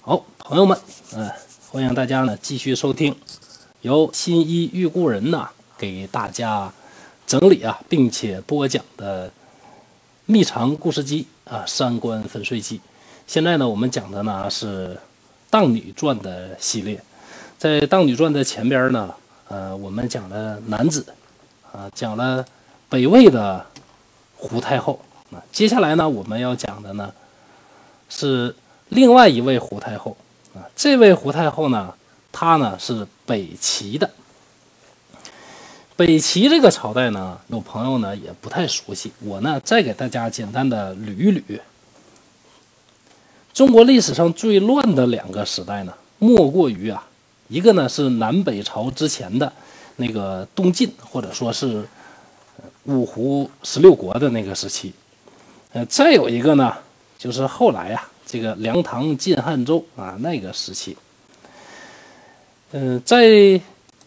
好，朋友们，欢迎大家呢继续收听由新一遇故人呢给大家整理并且播讲的《秘藏故事集》三观粉碎记。现在呢，我们讲的呢是《荡女传》的系列。在《荡女传》的前边呢，我们讲了男子，讲了北魏的胡太后。接下来呢，我们要讲的呢是另外一位胡太后这位胡太后呢，她呢是北齐的。北齐这个朝代呢，有朋友呢也不太熟悉，我呢再给大家简单的捋一捋。中国历史上最乱的两个时代呢，莫过于一个呢是南北朝之前的那个东晋，或者说是五胡16国的那个时期。再有一个呢，就是后来这个梁唐晋汉周那个时期。在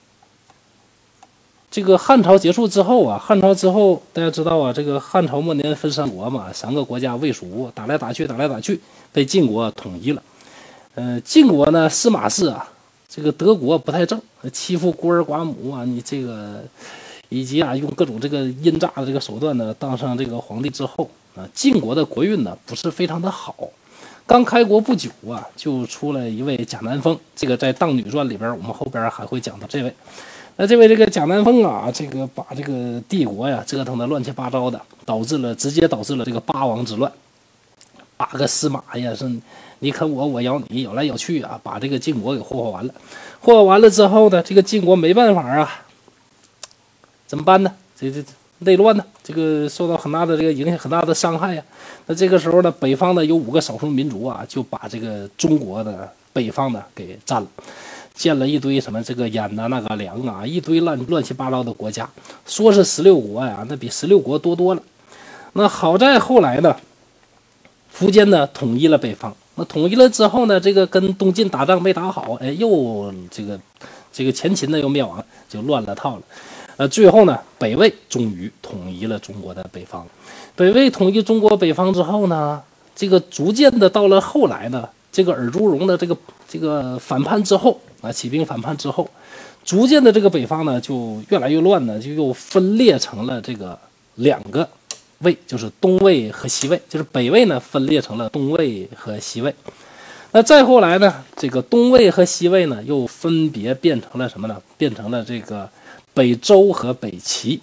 这个汉朝结束之后汉朝之后大家知道这个汉朝末年分三国嘛，三个国家魏蜀吴打来打去，被晋国统一了。晋国呢，司马氏这个德国不太正，欺负孤儿寡母你这个以及用各种这个阴诈的这个手段呢，当上这个皇帝之后晋国的国运呢不是非常的好。刚开国不久就出了一位贾南风，这个在《荡女传》里边我们后边还会讲到这位。那这位这个贾南风这个把这个帝国折腾的乱七八糟的，直接导致了这个八王之乱。8个司马是你啃我，我咬你，咬来咬去把这个晋国给祸祸完了。祸祸完了之后呢，这个晋国没办法怎么办呢？这内乱呢，这个受到很大的这个影响，很大的伤害那这个时候呢，北方呢有5个少数民族就把这个中国的北方呢给占了，建了一堆什么这个燕那个梁一堆乱七八糟的国家，说是16国那比16国多了。那好在后来呢，苻坚呢统一了北方。那统一了之后呢，这个跟东晋打仗没打好，又这个前秦呢又灭亡了，就乱了套了。最后呢，北魏终于统一了中国的北方。北魏统一中国北方之后呢，这个逐渐的到了后来呢，这个尔朱荣的这个反叛之后起兵反叛之后，逐渐的这个北方呢就越来越乱呢，就又分裂成了这个2个魏，就是东魏和西魏，就是北魏呢分裂成了东魏和西魏。那再后来呢，这个东魏和西魏呢又分别变成了什么呢？变成了这个北周和北齐。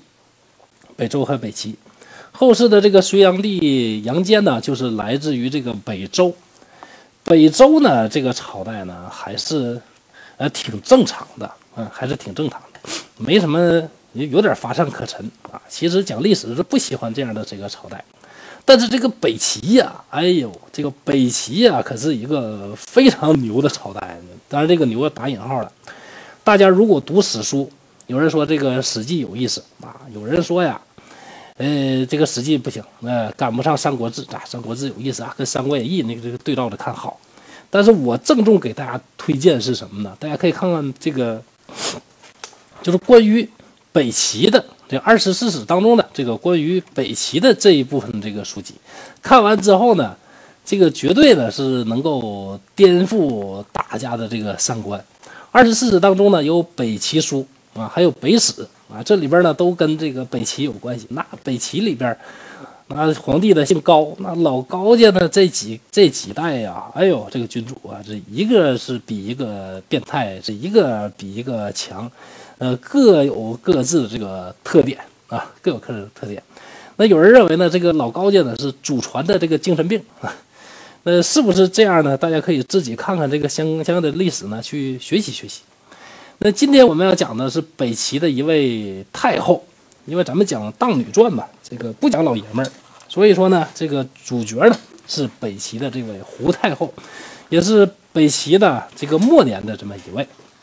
后世的这个隋炀帝杨坚呢，就是来自于这个北周。北周呢这个朝代呢还是挺正常的没什么，有点乏善可陈其实讲历史是不喜欢这样的这个朝代。但是这个北齐这个北齐可是一个非常牛的朝代。当然这个牛要打引号了。大家如果读史书，有人说这个史记有意思有人说这个史记不行，赶不上三国志三国志有意思跟三国演义那个这个对照着看好。但是我郑重给大家推荐是什么呢？大家可以看看这个，就是关于北齐的这24史当中的这个关于北齐的这一部分这个书籍。看完之后呢，这个绝对呢是能够颠覆大家的这个三观。24史当中呢有北齐书还有北史这里边呢都跟这个北齐有关系。那北齐里边皇帝的姓高，那老高家的这几代这个君主这一个是比一个变态，这一个比一个强，各有各自的这个特点各有各自的特点。那有人认为呢，这个老高家呢是祖传的这个精神病那是不是这样呢？大家可以自己看看这个相应的历史呢，去学习学习。那今天我们要讲的是北齐的一位太后。因为咱们讲《荡女传》嘛，这个不讲老爷们儿，所以说呢，这个主角呢是北齐的这位胡太后，也是北齐的这个末年的这么一位。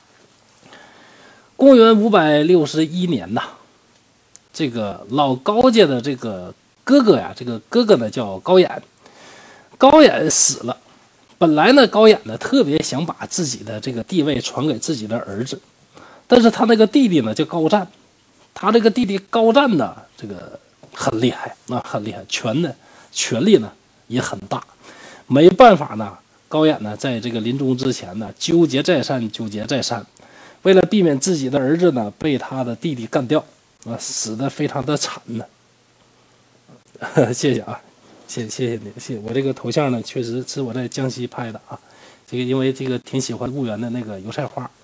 公元561年这个老高家的这个哥哥这个哥哥呢叫高演。高演死了，本来呢高演呢特别想把自己的这个地位传给自己的儿子，但是他那个弟弟呢叫高湛。他这个弟弟高湛呢，这个很厉害，很厉害，权力呢也很大，没办法呢， 高演呢，在这个临终之前呢，纠结再三，纠结再三，为了避免自己的儿子呢被他的弟弟干掉啊，死得非常的惨呢。谢谢啊，谢谢你，谢谢我这个头像呢，确实是我在江西拍的啊。这个因为这个挺喜欢婺源的那个油菜花。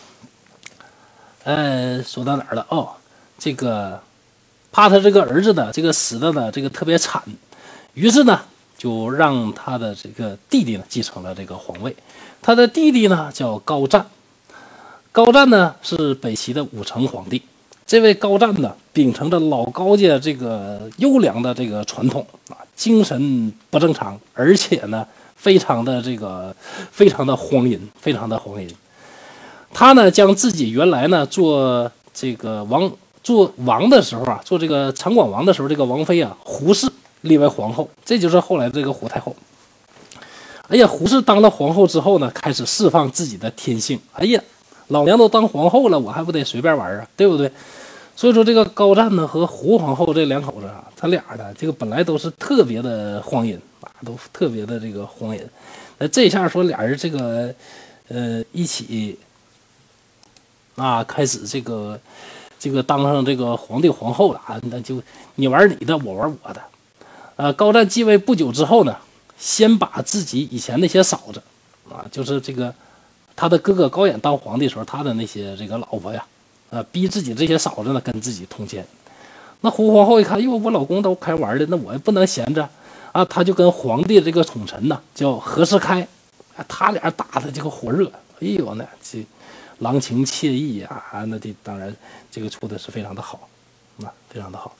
说到哪儿了？哦，这个怕他这个儿子呢，这个死的呢，这个特别惨，于是呢，就让他的这个弟弟呢继承了这个皇位。他的弟弟呢叫高湛，高湛呢是北齐的武成皇帝。这位高湛呢，秉承着老高家这个优良的这个传统啊，精神不正常，而且呢，非常的荒淫，非常的荒淫。他呢，将自己原来呢做这个王的时候啊，做这个长广王的时候，这个王妃啊胡氏立为皇后，这就是后来的这个胡太后。哎呀，胡氏当了皇后之后呢，开始释放自己的天性。哎呀，老娘都当皇后了，我还不得随便玩啊，对不对？所以说，这个高湛呢和胡皇后这两口子啊，他俩呢这个本来都是特别的荒淫啊，都特别的这个荒淫。那这下说俩人这个一起。啊，开始这个当上这个皇帝皇后了啊，那就你玩你的，我玩我的。高湛继位不久之后呢，先把自己以前那些嫂子啊，就是这个他的哥哥高演当皇帝的时候，他的那些这个老婆呀，逼自己这些嫂子呢跟自己通奸。那胡皇后一看，哟，我老公都开玩的，那我也不能闲着啊，他就跟皇帝这个宠臣呢叫何世开，他俩打的这个火热，哎呦，那这。郎情妾意啊，那这当然这个处的是非常的好，非常的好。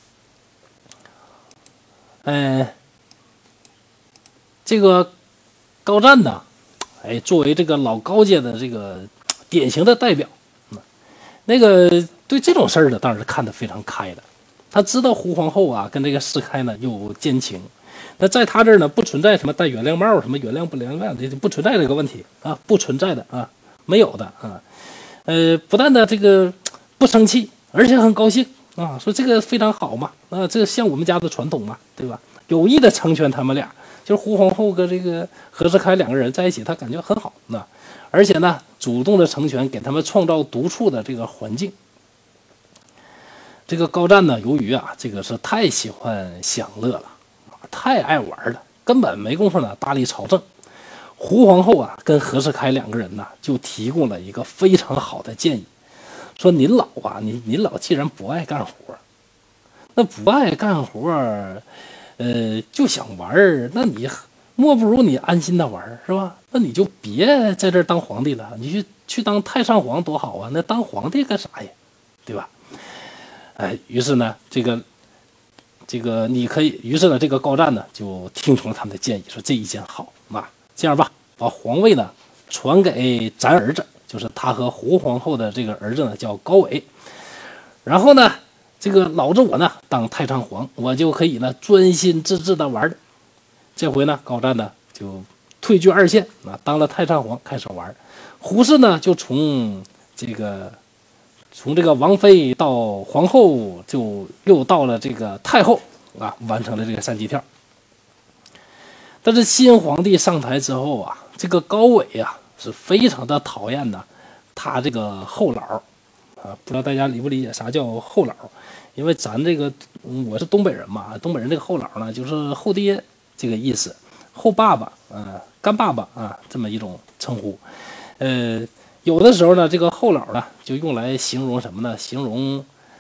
这个高湛呢，作为这个老高家的这个典型的代表，那个对这种事儿呢，当然是看得非常开的。他知道胡皇后啊跟这个世开呢有奸情，那在他这儿呢不存在什么戴原谅帽，什么原谅不原谅，这不存在这个问题啊，不存在的啊，没有的啊。不但的这个不生气，而且很高兴啊，说这个非常好嘛，啊，这个像我们家的传统嘛，对吧？有意的成全他们俩，就是胡皇后跟这个何世开两个人在一起，他感觉很好，而且呢，主动的成全，给他们创造独处的这个环境。这个高湛呢，由于啊，这个是太喜欢享乐了，太爱玩了，根本没工夫呢搭理朝政。胡皇后啊，跟何世开两个人呢，就提供了一个非常好的建议，说您老啊，您老既然不爱干活，那不爱干活，就想玩，那你莫不如你安心的玩，是吧？那你就别在这儿当皇帝了，你去当太上皇多好啊！那当皇帝干啥呀？对吧？于是呢，这个你可以，于是呢，这个高湛呢就听从了他们的建议，说这意见好啊。这样吧，把皇位呢传给咱儿子，就是他和胡皇后的这个儿子呢，叫高纬。然后呢，这个老子我呢当太上皇，我就可以呢专心致志的玩。这回呢，高湛呢就退居二线啊，当了太上皇，开始玩。胡氏呢就从这个王妃到皇后，就又到了这个太后啊，完成了这个三级跳。但是新皇帝上台之后啊，这个高纬啊是非常的讨厌的，他这个后老啊，不知道大家理不理解啥叫后老？因为咱这个我是东北人嘛，东北人这个后老呢就是后爹这个意思，后爸爸干爸爸啊这么一种称呼。有的时候呢，这个后老呢就用来形容什么呢？形容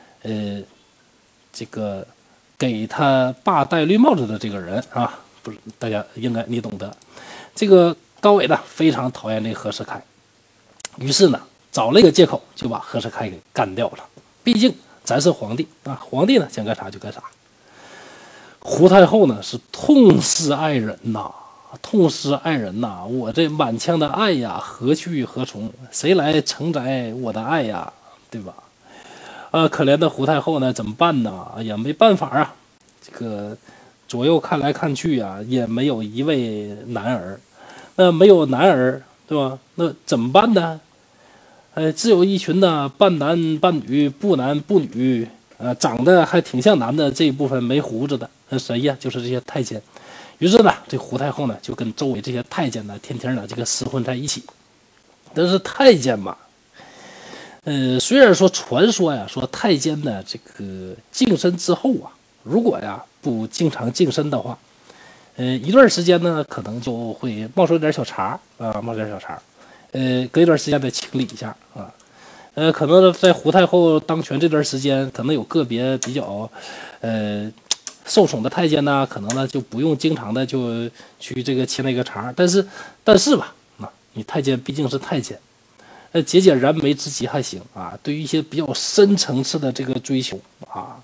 这个给他爸戴绿帽子的这个人啊。不是，大家应该你懂得。这个高纬呢非常讨厌这个何世开，于是呢找了一个借口就把何世开给干掉了。毕竟咱是皇帝啊，皇帝呢想干啥就干啥。胡太后呢是痛失爱人呐，痛失爱人呐！我这满腔的爱呀，何去何从？谁来承载我的爱呀？对吧？可怜的胡太后呢怎么办呢？哎呀，没办法啊，这个。左右看来看去啊，也没有一位男儿，那没有男儿，对吧？那怎么办呢？只有一群的半男半女、不男不女，长得还挺像男的这一部分没胡子的，那谁呀？就是这些太监。 于是呢，这胡太后呢就跟周围这些太监呢，天天呢这个厮混在一起。但是太监嘛，虽然说传说呀，说太监呢这个净身之后啊，如果呀不经常净身的话，一段时间呢可能就会冒出一点小茬啊，冒点小茬，隔一段时间再清理一下啊。可能在胡太后当权这段时间，可能有个别比较，受宠的太监呢，可能呢就不用经常的就去这个清那个茬，但是吧，你太监毕竟是太监，解解燃眉之急还行啊。对于一些比较深层次的这个追求啊，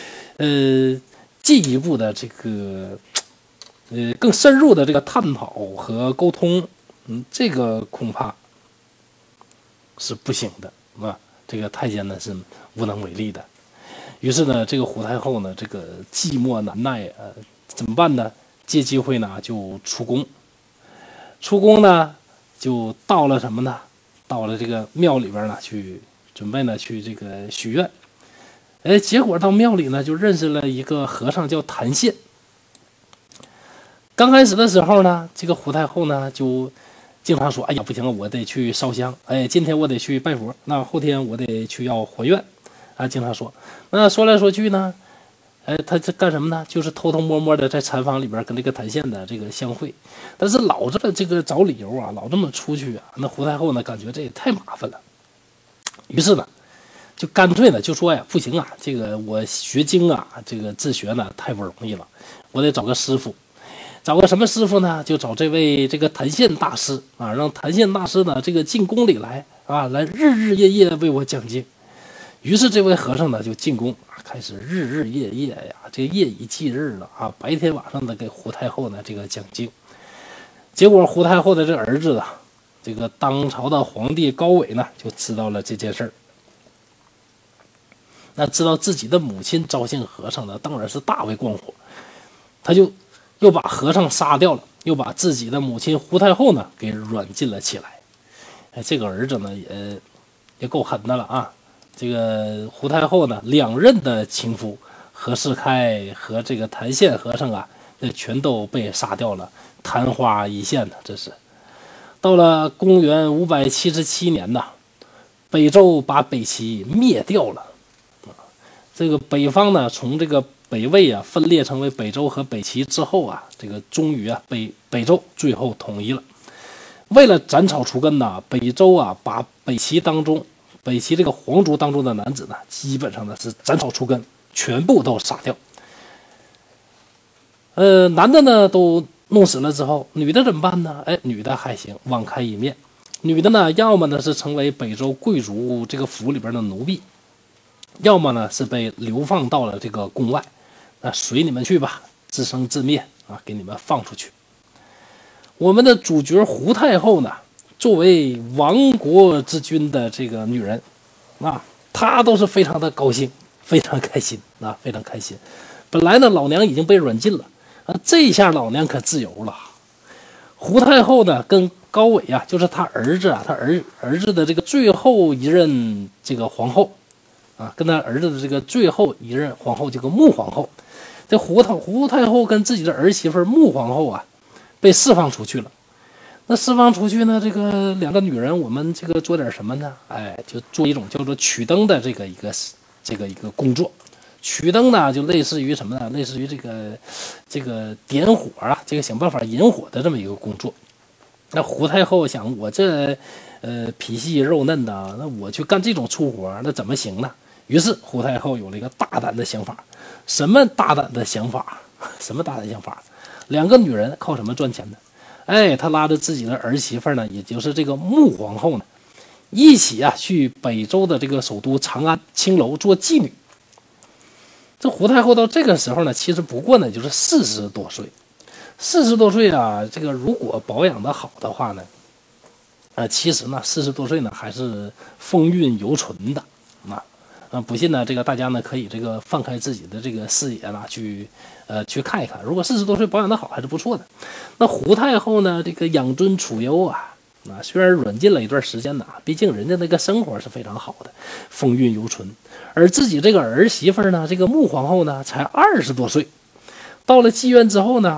进一步的这个，更深入的这个探讨和沟通，这个恐怕是不行的。这个太监呢是无能为力的。于是呢，这个胡太后呢，这个寂寞难耐，怎么办呢？借机会呢就出宫。出宫呢就到了什么呢？到了这个庙里边呢去准备呢去这个许愿。结果到庙里呢就认识了一个和尚叫谭宪。刚开始的时候呢，这个胡太后呢就经常说：“哎呀，不行了，我得去烧香。今天我得去拜佛，那后天我得去要还愿。”经常说。那说来说去呢，他这干什么呢？就是偷偷摸摸的在禅房里边跟这个谭宪的这个相会。但是老这个找理由啊，老这么出去啊，那胡太后呢感觉这也太麻烦了。于是呢，就干脆呢就说呀，不行啊，这个我学经啊，这个自学呢太不容易了，我得找个师傅。找个什么师傅呢？就找这位这个谭宪大师啊，让谭宪大师呢这个进宫里来啊，来日日夜夜为我讲经。于是这位和尚呢就进宫啊，开始日日夜夜呀，这夜以继日了啊，白天晚上的给胡太后呢这个讲经。结果胡太后的这个儿子啊，这个当朝的皇帝高纬呢就知道了这件事儿。那知道自己的母亲赵姓和尚呢，当然是大为光火，他就又把和尚杀掉了，又把自己的母亲胡太后呢给软禁了起来。这个儿子呢也够狠的了啊！这个胡太后呢，两任的情夫何世开和这个谭宪和尚啊，全都被杀掉了，昙花一现呢。这是到了公元577年呢，北周把北齐灭掉了。这个北方呢，从这个北魏啊分裂成为北周和北齐之后啊，这个终于啊北周最后统一了。为了斩草除根呢，北周啊把北齐这个皇族当中的男子呢，基本上呢是斩草除根，全部都杀掉。男的呢都弄死了之后，女的怎么办呢？女的还行，网开一面。女的呢，要么呢是成为北周贵族这个府里边的奴婢，要么呢是被流放到了这个宫外，随你们去吧，自生自灭啊，给你们放出去。我们的主角胡太后呢，作为亡国之君的这个女人啊，她都是非常的高兴，非常开心啊，非常开心。本来呢，老娘已经被软禁了啊，这下老娘可自由了。胡太后呢，跟高纬啊，就是他儿子啊，他儿子的这个最后一任这个皇后啊，跟他儿子的这个最后一任皇后，这个穆皇后，这胡太后跟自己的儿媳妇穆皇后啊，被释放出去了。那释放出去呢，这个两个女人，我们这个做点什么呢？就做一种叫做取灯的一个工作。取灯呢，就类似于什么呢？类似于这个点火啊，这个想办法引火的这么一个工作。那胡太后想，我这皮细肉嫩的，那我去干这种粗活，那怎么行呢？于是胡太后有了一个大胆的想法。什么大胆的想法？什么大胆想法？两个女人靠什么赚钱呢？她拉着自己的儿媳妇呢，也就是这个穆皇后呢，一起啊去北周的这个首都长安青楼做妓女。这胡太后到这个时候呢，其实不过呢就是40多岁。40多岁啊，这个如果保养的好的话呢，其实呢40多岁呢还是风韵犹存的不信呢，这个大家呢可以这个放开自己的这个视野啦，去看一看。如果40多岁保养的好，还是不错的。那胡太后呢，这个养尊处优啊，虽然软禁了一段时间呢，毕竟人家那个生活是非常好的，风韵犹存。而自己这个儿媳妇呢，这个穆皇后呢，才20多岁。到了妓院之后呢，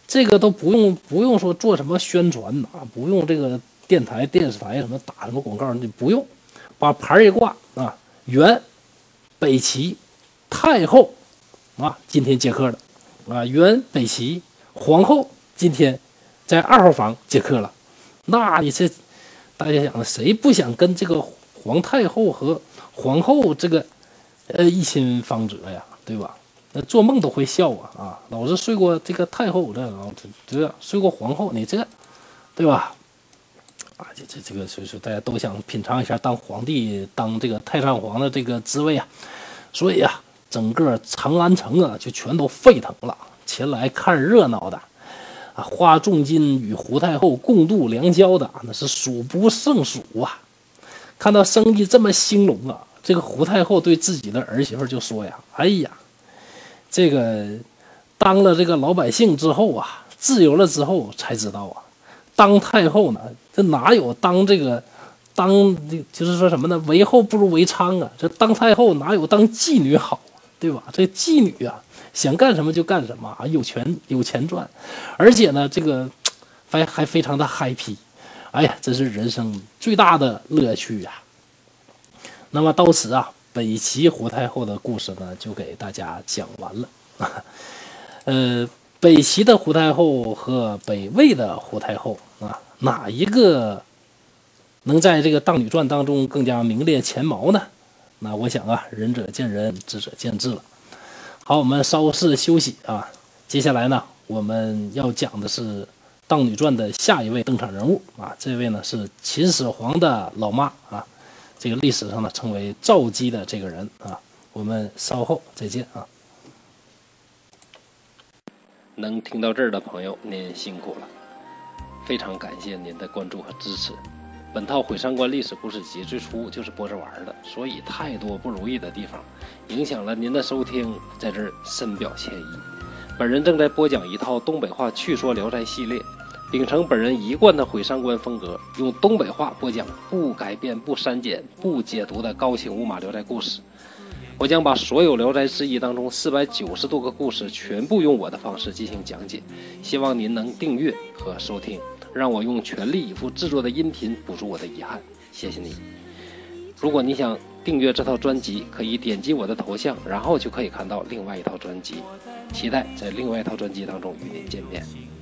这个都不用说做什么宣传啊，不用这个电台、电视台什么打什么广告，你不用，把牌一挂啊，原北齐太后啊，今天接客了啊，原北齐皇后今天在2号房接客了。那你这大家想，谁不想跟这个皇太后和皇后这个一亲芳泽呀，对吧？那做梦都会笑啊！老子睡过这个太后，这睡过皇后，你这对吧？啊，这个所以说大家都想品尝一下当皇帝、当这个太上皇的这个滋味啊。所以啊，整个长安城啊就全都沸腾了，前来看热闹的啊，花重金与胡太后共度良宵的那是数不胜数啊。看到生意这么兴隆啊，这个胡太后对自己的儿媳妇就说呀：“哎呀，这个当了这个老百姓之后啊，自由了之后才知道啊，当太后呢，这哪有当就是说什么呢？为后不如为娼啊！这当太后哪有当妓女好，对吧？这妓女啊，想干什么就干什么啊，有钱赚，而且呢，这个还非常的 happy。哎呀，这是人生最大的乐趣啊！那么到此啊，北齐胡太后的故事呢，就给大家讲完了。北齐的胡太后和北魏的胡太后啊，哪一个能在这个《荡女传》当中更加名列前茅呢？那我想啊，仁者见仁，智者见智了。好，我们稍事休息啊，接下来呢，我们要讲的是《荡女传》的下一位登场人物啊，这位呢是秦始皇的老妈啊，这个历史上呢称为赵姬的这个人啊，我们稍后再见啊。 能听到这儿的朋友，您辛苦了，非常感谢您的关注和支持。本套《毁三观历史故事集》最初就是播着玩的，所以太多不如意的地方，影响了您的收听，在这儿深表歉意。本人正在播讲一套东北话趣说聊斋系列，秉承本人一贯的毁三观风格，用东北话播讲不改变、不删减、不解读的高清无码聊斋故事。我将把所有聊斋志异当中490多个故事全部用我的方式进行讲解，希望您能订阅和收听，让我用全力以赴制作的音频补足我的遗憾，谢谢你。如果你想订阅这套专辑，可以点击我的头像，然后就可以看到另外一套专辑，期待在另外一套专辑当中与您见面。